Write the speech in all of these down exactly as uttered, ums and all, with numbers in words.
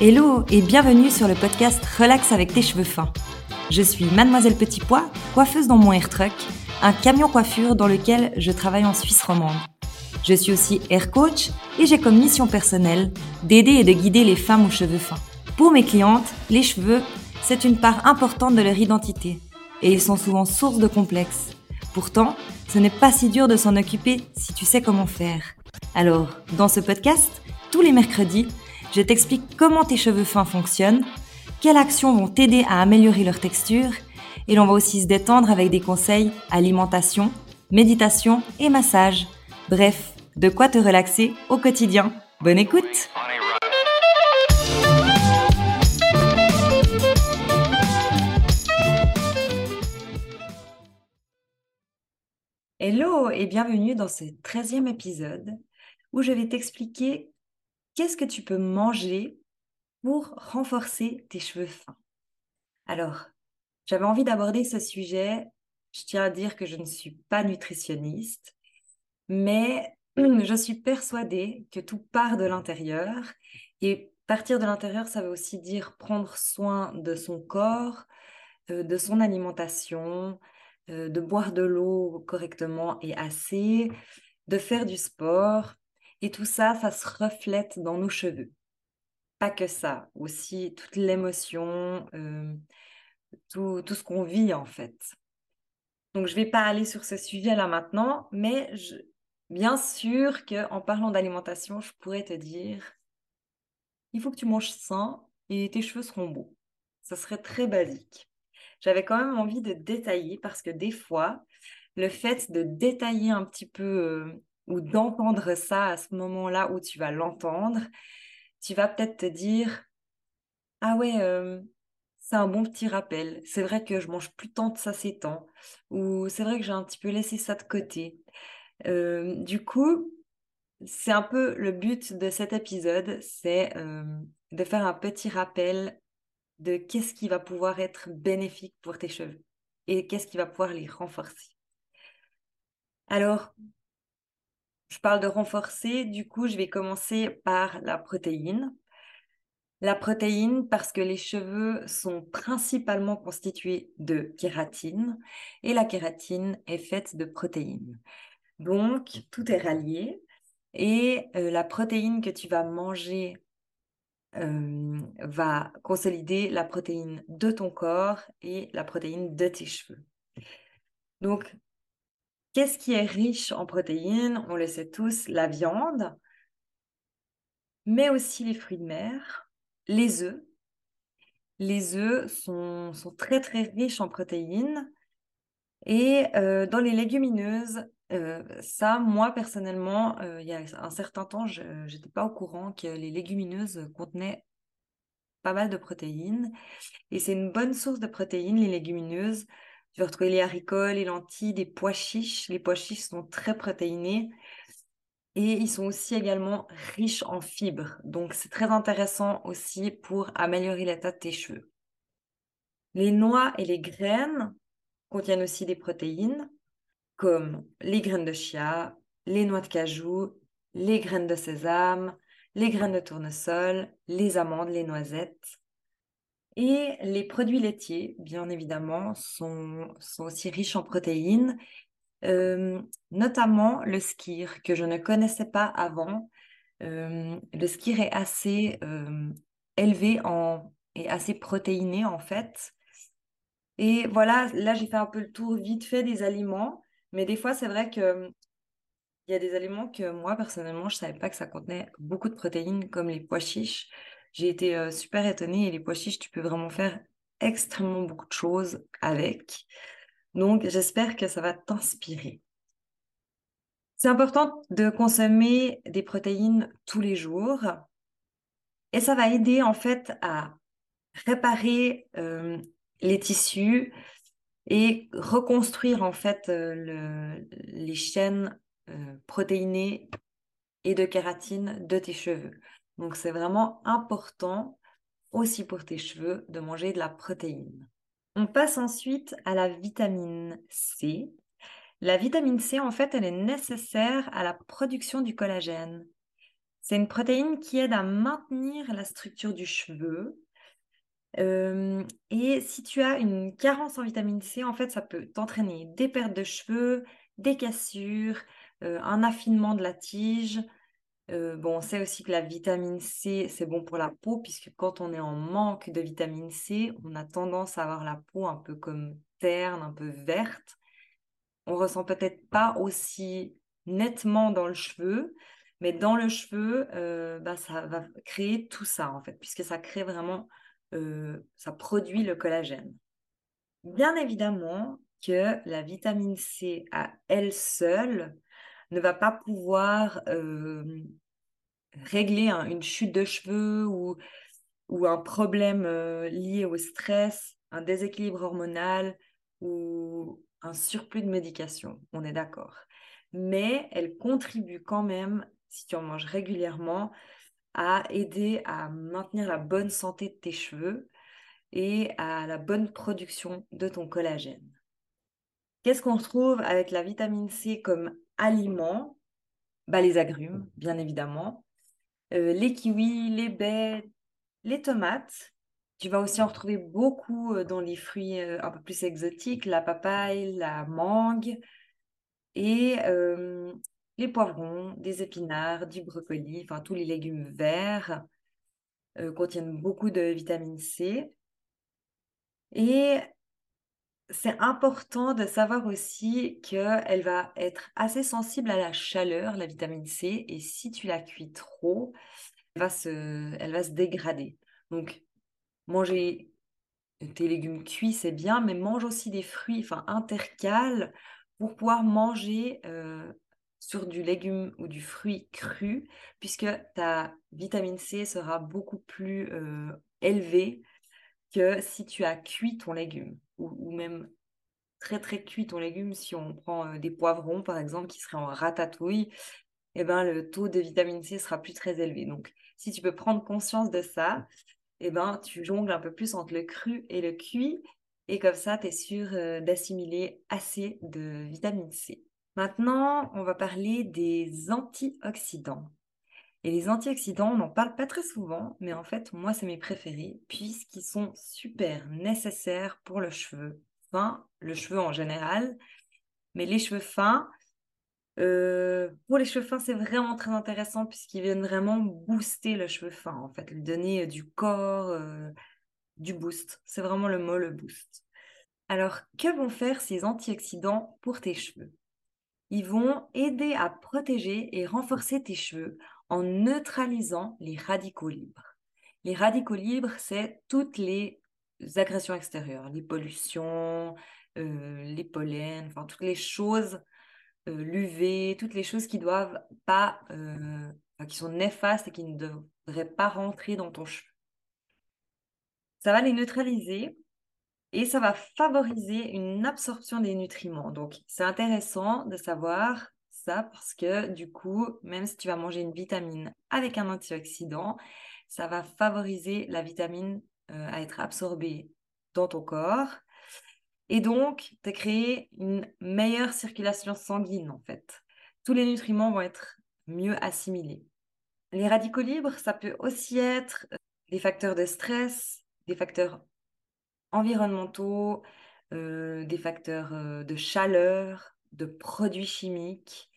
Hello et bienvenue sur le podcast Relax avec tes cheveux fins. Je suis Mademoiselle Petit Pois, coiffeuse dans mon air truck, un camion coiffure dans lequel je travaille en Suisse romande. Je suis aussi hair coach et j'ai comme mission personnelle d'aider et de guider les femmes aux cheveux fins. Pour mes clientes, les cheveux, c'est une part importante de leur identité et ils sont souvent source de complexes. Pourtant, ce n'est pas si dur de s'en occuper si tu sais comment faire. Alors, dans ce podcast, tous les mercredis, je t'explique comment tes cheveux fins fonctionnent, quelles actions vont t'aider à améliorer leur texture, et l'on va aussi se détendre avec des conseils alimentation, méditation et massage. Bref, de quoi te relaxer au quotidien. Bonne écoute! Hello et bienvenue dans ce treizième épisode où je vais t'expliquer qu'est-ce que tu peux manger pour renforcer tes cheveux fins. Alors, j'avais envie d'aborder ce sujet. Je tiens à dire que je ne suis pas nutritionniste, mais je suis persuadée que tout part de l'intérieur. Et partir de l'intérieur, ça veut aussi dire prendre soin de son corps, euh, de son alimentation, euh, de boire de l'eau correctement et assez, de faire du sport. Et tout ça, ça se reflète dans nos cheveux. Pas que ça, aussi toute l'émotion, euh, tout, tout ce qu'on vit en fait. Donc je ne vais pas aller sur ce sujet là maintenant, mais je, bien sûr qu'en parlant d'alimentation, je pourrais te dire, il faut que tu manges sain et tes cheveux seront beaux. Ça serait très basique. J'avais quand même envie de détailler parce que des fois, le fait de détailler un petit peu euh, ou d'entendre ça à ce moment-là où tu vas l'entendre, tu vas peut-être te dire, ah ouais, euh, c'est un bon petit rappel. C'est vrai que je mange plus tant de ça ces temps. Ou c'est vrai que j'ai un petit peu laissé ça de côté. Euh, du coup, c'est un peu le but de cet épisode, c'est euh, de faire un petit rappel de qu'est-ce qui va pouvoir être bénéfique pour tes cheveux et qu'est-ce qui va pouvoir les renforcer. Alors, je parle de renforcer, du coup, je vais commencer par la protéine. La protéine, parce que les cheveux sont principalement constitués de kératine et la kératine est faite de protéines. Donc, tout est rallié et euh, la protéine que tu vas manger euh, va consolider la protéine de ton corps et la protéine de tes cheveux. Donc, qu'est-ce qui est riche en protéines? On le sait tous, la viande, mais aussi les fruits de mer, les œufs. Les œufs sont, sont très très riches en protéines et euh, dans les légumineuses, euh, ça, moi personnellement, euh, il y a un certain temps, je n'étais pas au courant que les légumineuses contenaient pas mal de protéines et c'est une bonne source de protéines, les légumineuses. Tu vas retrouver les haricots, les lentilles, des pois chiches. Les pois chiches sont très protéinés et ils sont aussi également riches en fibres. Donc, c'est très intéressant aussi pour améliorer l'état de tes cheveux. Les noix et les graines contiennent aussi des protéines, comme les graines de chia, les noix de cajou, les graines de sésame, les graines de tournesol, les amandes, les noisettes. Et les produits laitiers, bien évidemment, sont, sont aussi riches en protéines, euh, notamment le skyr, que je ne connaissais pas avant. Euh, le skyr est assez euh, élevé en, et assez protéiné en fait. Et voilà, là, j'ai fait un peu le tour vite fait des aliments. Mais des fois, c'est vrai qu'il y a des aliments que moi, personnellement, je ne savais pas que ça contenait beaucoup de protéines, comme les pois chiches. J'ai été euh, super étonnée. Et les pois chiches, tu peux vraiment faire extrêmement beaucoup de choses avec. Donc, j'espère que ça va t'inspirer. C'est important de consommer des protéines tous les jours. Et ça va aider, en fait, à réparer euh, les tissus et reconstruire en fait euh, le- les chaînes euh, protéinées et de kératine de tes cheveux. Donc c'est vraiment important aussi pour tes cheveux de manger de la protéine. On passe ensuite à la vitamine C. La vitamine C, en fait, elle est nécessaire à la production du collagène. C'est une protéine qui aide à maintenir la structure du cheveu. Euh, et si tu as une carence en vitamine C, en fait, ça peut t'entraîner des pertes de cheveux, des cassures, euh, un affinement de la tige. Euh, bon, on sait aussi que la vitamine C, c'est bon pour la peau, puisque quand on est en manque de vitamine C, on a tendance à avoir la peau un peu comme terne, un peu verte. On ressent peut-être pas aussi nettement dans le cheveu, mais dans le cheveu, euh, bah, ça va créer tout ça, en fait, puisque ça crée vraiment, euh, ça produit le collagène. Bien évidemment que la vitamine C à elle seule ne va pas pouvoir euh, régler un- une chute de cheveux ou, ou un problème euh, lié au stress, un déséquilibre hormonal ou un surplus de médication. On est d'accord. Mais elle contribue quand même, si tu en manges régulièrement, à aider à maintenir la bonne santé de tes cheveux et à la bonne production de ton collagène. Qu'est-ce qu'on retrouve avec la vitamine C comme aliment? Bah, les agrumes, bien évidemment. Euh, les kiwis, les baies, les tomates. Tu vas aussi en retrouver beaucoup euh, dans les fruits euh, un peu plus exotiques, la papaye, la mangue et euh, les poivrons, des épinards, du brocoli, enfin tous les légumes verts euh, contiennent beaucoup de vitamine C. Et c'est important de savoir aussi qu'elle va être assez sensible à la chaleur, la vitamine C, et si tu la cuis trop, elle va se, elle va se dégrader. Donc, manger tes légumes cuits, c'est bien, mais mange aussi des fruits, enfin intercale, pour pouvoir manger euh, sur du légume ou du fruit cru, puisque ta vitamine C sera beaucoup plus euh, élevée que si tu as cuit ton légume, ou, ou même très très cuit ton légume. Si on prend euh, des poivrons, par exemple, qui seraient en ratatouille, eh ben, le taux de vitamine C sera plus très élevé. Donc, si tu peux prendre conscience de ça, eh ben, tu jongles un peu plus entre le cru et le cuit. Et comme ça, tu es sûr euh, d'assimiler assez de vitamine C. Maintenant, on va parler des antioxydants. Et les antioxydants, on n'en parle pas très souvent, mais en fait, moi, c'est mes préférés, puisqu'ils sont super nécessaires pour le cheveu fin, le cheveu en général, mais les cheveux fins, euh, pour les cheveux fins, c'est vraiment très intéressant puisqu'ils viennent vraiment booster le cheveu fin, en fait, lui donner euh, du corps, euh, du boost. C'est vraiment le mot, le boost. Alors, que vont faire ces antioxydants pour tes cheveux? Ils vont aider à protéger et renforcer tes cheveux en neutralisant les radicaux libres. Les radicaux libres, c'est toutes les agressions extérieures, les pollutions, euh, les pollens, enfin toutes les choses, euh, l'U V, toutes les choses qui doivent pas, euh, enfin, qui sont néfastes et qui ne devraient pas rentrer dans ton cheveu. Ça va les neutraliser et ça va favoriser une absorption des nutriments. Donc, c'est intéressant de savoir ça parce que du coup, même si tu vas manger une vitamine avec un antioxydant, ça va favoriser la vitamine euh, à être absorbée dans ton corps et donc te créer une meilleure circulation sanguine en fait. Tous les nutriments vont être mieux assimilés. Les radicaux libres, ça peut aussi être euh, des facteurs de stress, des facteurs environnementaux, euh, des facteurs euh, de chaleur, de produits chimiques.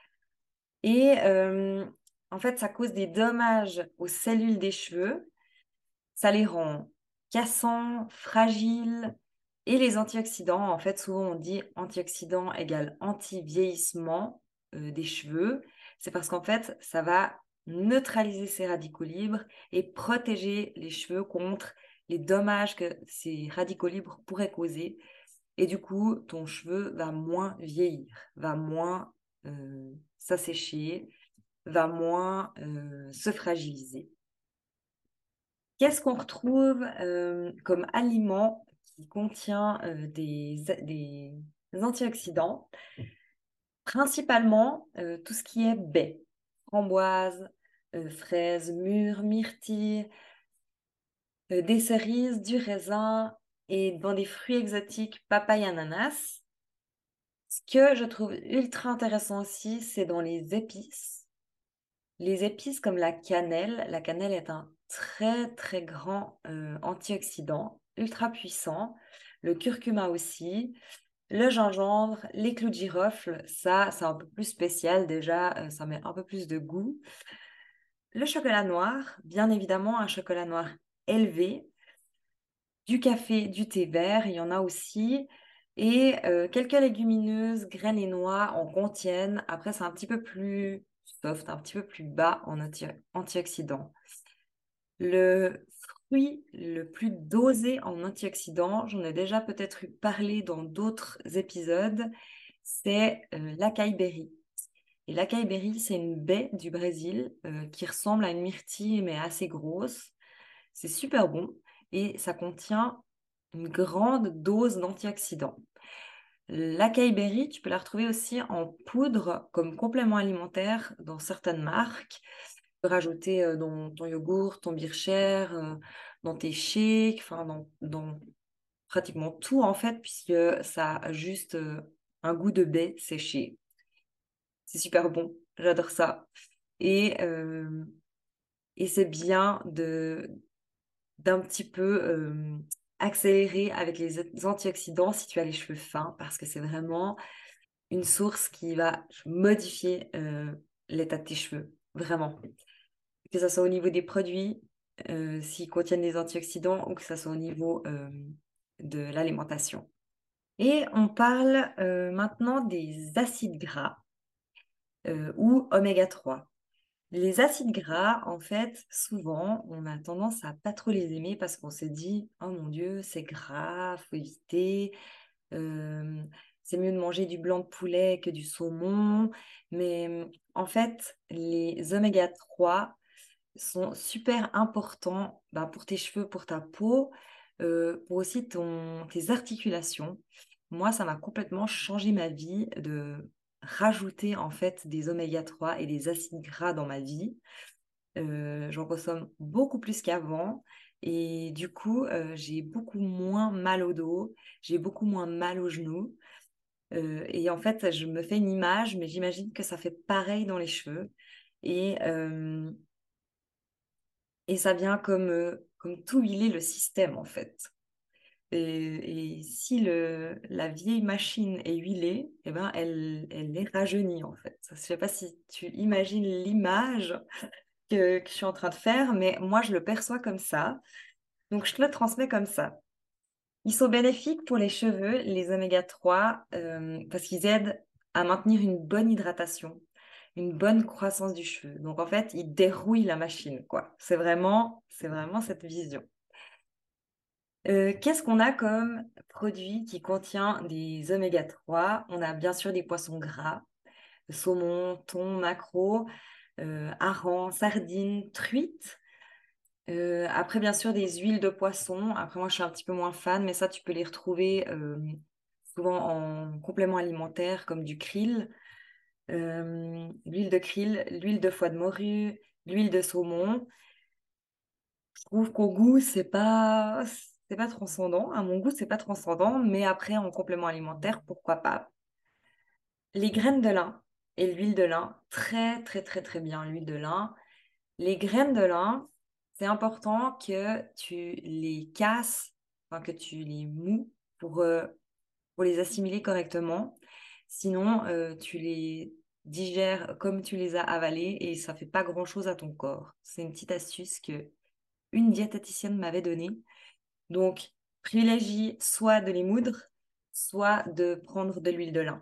Et euh, en fait, ça cause des dommages aux cellules des cheveux. Ça les rend cassants, fragiles. Et les antioxydants, en fait, souvent on dit antioxydant égale anti-vieillissement euh, des cheveux. C'est parce qu'en fait, ça va neutraliser ces radicaux libres et protéger les cheveux contre les dommages que ces radicaux libres pourraient causer. Et du coup, ton cheveu va moins vieillir, va moins euh, s'assécher, va moins euh, se fragiliser. Qu'est-ce qu'on retrouve euh, comme aliment qui contient euh, des, des antioxydants? Principalement euh, tout ce qui est baies, framboises, euh, fraises, mûres, myrtilles, euh, des cerises, du raisin et dans des fruits exotiques, papaye, ananas. Ce que je trouve ultra intéressant aussi, c'est dans les épices. Les épices comme la cannelle, la cannelle est un très très grand euh, antioxydant, ultra puissant. Le curcuma aussi. Le gingembre, les clous de girofle, ça, c'est un peu plus spécial déjà, euh, ça met un peu plus de goût. Le chocolat noir, bien évidemment, un chocolat noir élevé. Du café, du thé vert, il y en a aussi. Et euh, quelques légumineuses, graines et noix en contiennent. Après, c'est un petit peu plus soft, un petit peu plus bas en anti- antioxydants. Le fruit le plus dosé en antioxydants, j'en ai déjà peut-être eu parlé dans d'autres épisodes, c'est euh, l'acaï berry. Et l'acaï berry, c'est une baie du Brésil euh, qui ressemble à une myrtille mais assez grosse. C'est super bon et ça contient une grande dose d'antioxydants. L'acaï berry, tu peux la retrouver aussi en poudre comme complément alimentaire dans certaines marques. Tu peux rajouter euh, dans ton yogourt, ton bircher, euh, dans tes shakes, enfin dans, dans pratiquement tout en fait, puisque ça a juste euh, un goût de baie séchée. C'est super bon, j'adore ça. Et, euh, et c'est bien de, d'un petit peu euh, accélérer avec les antioxydants si tu as les cheveux fins, parce que c'est vraiment une source qui va modifier euh, l'état de tes cheveux, vraiment. Que ce soit au niveau des produits, euh, s'ils contiennent des antioxydants, ou que ce soit au niveau euh, de l'alimentation. Et on parle euh, maintenant des acides gras euh, ou oméga trois. Les acides gras, en fait, souvent, on a tendance à pas trop les aimer parce qu'on se dit, oh mon Dieu, c'est gras, faut éviter. Euh, c'est mieux de manger du blanc de poulet que du saumon. Mais en fait, les oméga trois sont super importants bah, pour tes cheveux, pour ta peau, euh, pour aussi ton, tes articulations. Moi, ça m'a complètement changé ma vie de rajouter en fait des oméga trois et des acides gras dans ma vie. Euh, j'en consomme beaucoup plus qu'avant et du coup, euh, j'ai beaucoup moins mal au dos, j'ai beaucoup moins mal aux genoux. Euh, et en fait, je me fais une image, mais j'imagine que ça fait pareil dans les cheveux. Et, euh, et ça vient comme, euh, comme tout huiler le système, en fait. Et, et si le, la vieille machine est huilée, eh ben, elle, elle est rajeunie, en fait. Je ne sais pas si tu imagines l'image que, que je suis en train de faire, mais moi, je le perçois comme ça. Donc, je te le transmets comme ça. Ils sont bénéfiques pour les cheveux, les oméga trois, euh, parce qu'ils aident à maintenir une bonne hydratation, une bonne croissance du cheveu. Donc, en fait, ils dérouillent la machine, quoi. C'est vraiment, c'est vraiment cette vision. Euh, qu'est-ce qu'on a comme produit qui contient des oméga trois? On a bien sûr des poissons gras, saumon, thon, maquereau, euh, harengs, sardines, truites. Euh, après, bien sûr, des huiles de poisson. Après, moi, je suis un petit peu moins fan, mais ça, tu peux les retrouver euh, souvent en complément alimentaire, comme du krill, euh, l'huile de krill, l'huile de foie de morue, l'huile de saumon. Je trouve qu'au goût, c'est pas, c'est pas transcendant. À mon goût, c'est pas transcendant, mais après, en complément alimentaire, pourquoi pas. Les graines de lin et l'huile de lin, très, très, très, très bien, l'huile de lin. Les graines de lin, c'est important que tu les casses, enfin, que tu les mous pour, euh, pour les assimiler correctement. Sinon, euh, tu les digères comme tu les as avalés et ça fait pas grand-chose à ton corps. C'est une petite astuce que une diététicienne m'avait donnée. Donc, privilégie soit de les moudre, soit de prendre de l'huile de lin.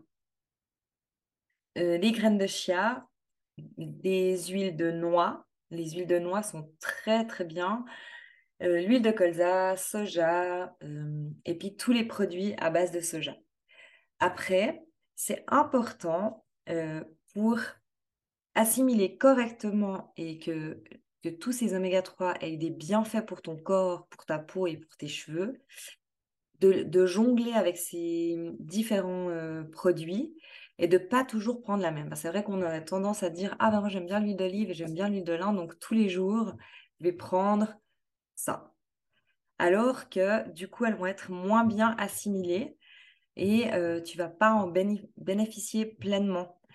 Euh, les graines de chia, des huiles de noix. Les huiles de noix sont très très bien. Euh, l'huile de colza, soja, euh, et puis tous les produits à base de soja. Après, c'est important euh, pour assimiler correctement et que, que tous ces oméga trois aient des bienfaits pour ton corps, pour ta peau et pour tes cheveux, de, de jongler avec ces différents euh, produits et de pas toujours prendre la même. Parce que c'est vrai qu'on a tendance à dire, ah ben moi j'aime bien l'huile d'olive et j'aime bien l'huile de lin, donc tous les jours, je vais prendre ça. Alors que du coup, elles vont être moins bien assimilées et euh, tu vas pas en béni- bénéficier pleinement.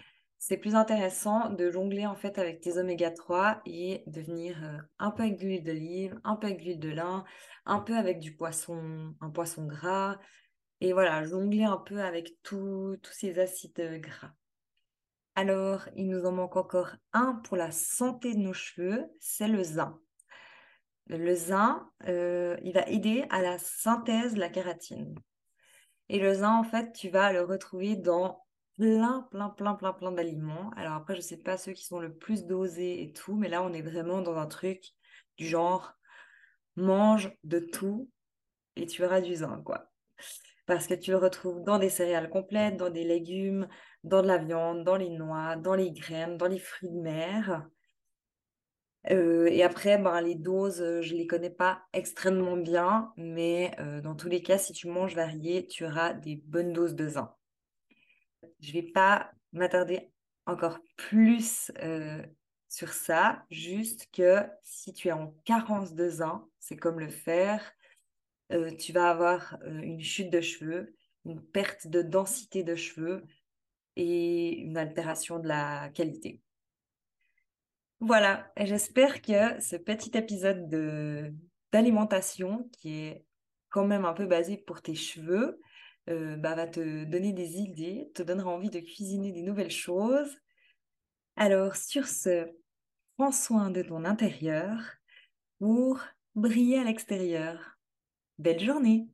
c'est plus intéressant de jongler en fait avec tes oméga trois et de venir euh, un peu avec de l'huile d'olive, un peu avec de l'huile de lin, un peu avec du poisson, un poisson gras. Et voilà, jongler un peu avec tout- tous ces acides euh, gras. Alors, il nous en manque encore un pour la santé de nos cheveux, c'est le zinc. Le zinc, euh, il va aider à la synthèse de la kératine. Et le zinc, en fait, tu vas le retrouver dans plein, plein, plein, plein, plein d'aliments. Alors après, je ne sais pas ceux qui sont le plus dosés et tout, mais là, on est vraiment dans un truc du genre, mange de tout et tu auras du zinc, quoi. Parce que tu le retrouves dans des céréales complètes, dans des légumes, dans de la viande, dans les noix, dans les graines, dans les fruits de mer. Euh, et après, ben, les doses, euh, je ne les connais pas extrêmement bien, mais euh, dans tous les cas, si tu manges varié, tu auras des bonnes doses de zinc. Je ne vais pas m'attarder encore plus euh, sur ça, juste que si tu es en carence de zinc, c'est comme le fer, euh, tu vas avoir euh, une chute de cheveux, une perte de densité de cheveux et une altération de la qualité. Voilà, et j'espère que ce petit épisode de d'alimentation, qui est quand même un peu basé pour tes cheveux, euh, bah, va te donner des idées, te donnera envie de cuisiner des nouvelles choses. Alors, sur ce, prends soin de ton intérieur pour briller à l'extérieur. Belle journée!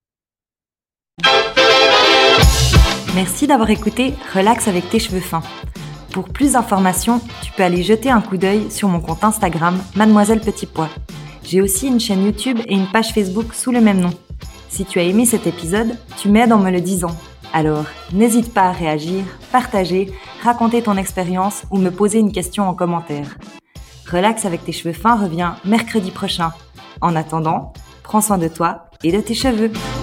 Merci d'avoir écouté Relax avec tes cheveux fins. Pour plus d'informations, tu peux aller jeter un coup d'œil sur mon compte Instagram Mademoiselle Petit Pois. J'ai aussi une chaîne YouTube et une page Facebook sous le même nom. Si tu as aimé cet épisode, tu m'aides en me le disant. Alors, n'hésite pas à réagir, partager, raconter ton expérience ou me poser une question en commentaire. Relax avec tes cheveux fins revient mercredi prochain. En attendant, prends soin de toi et de tes cheveux.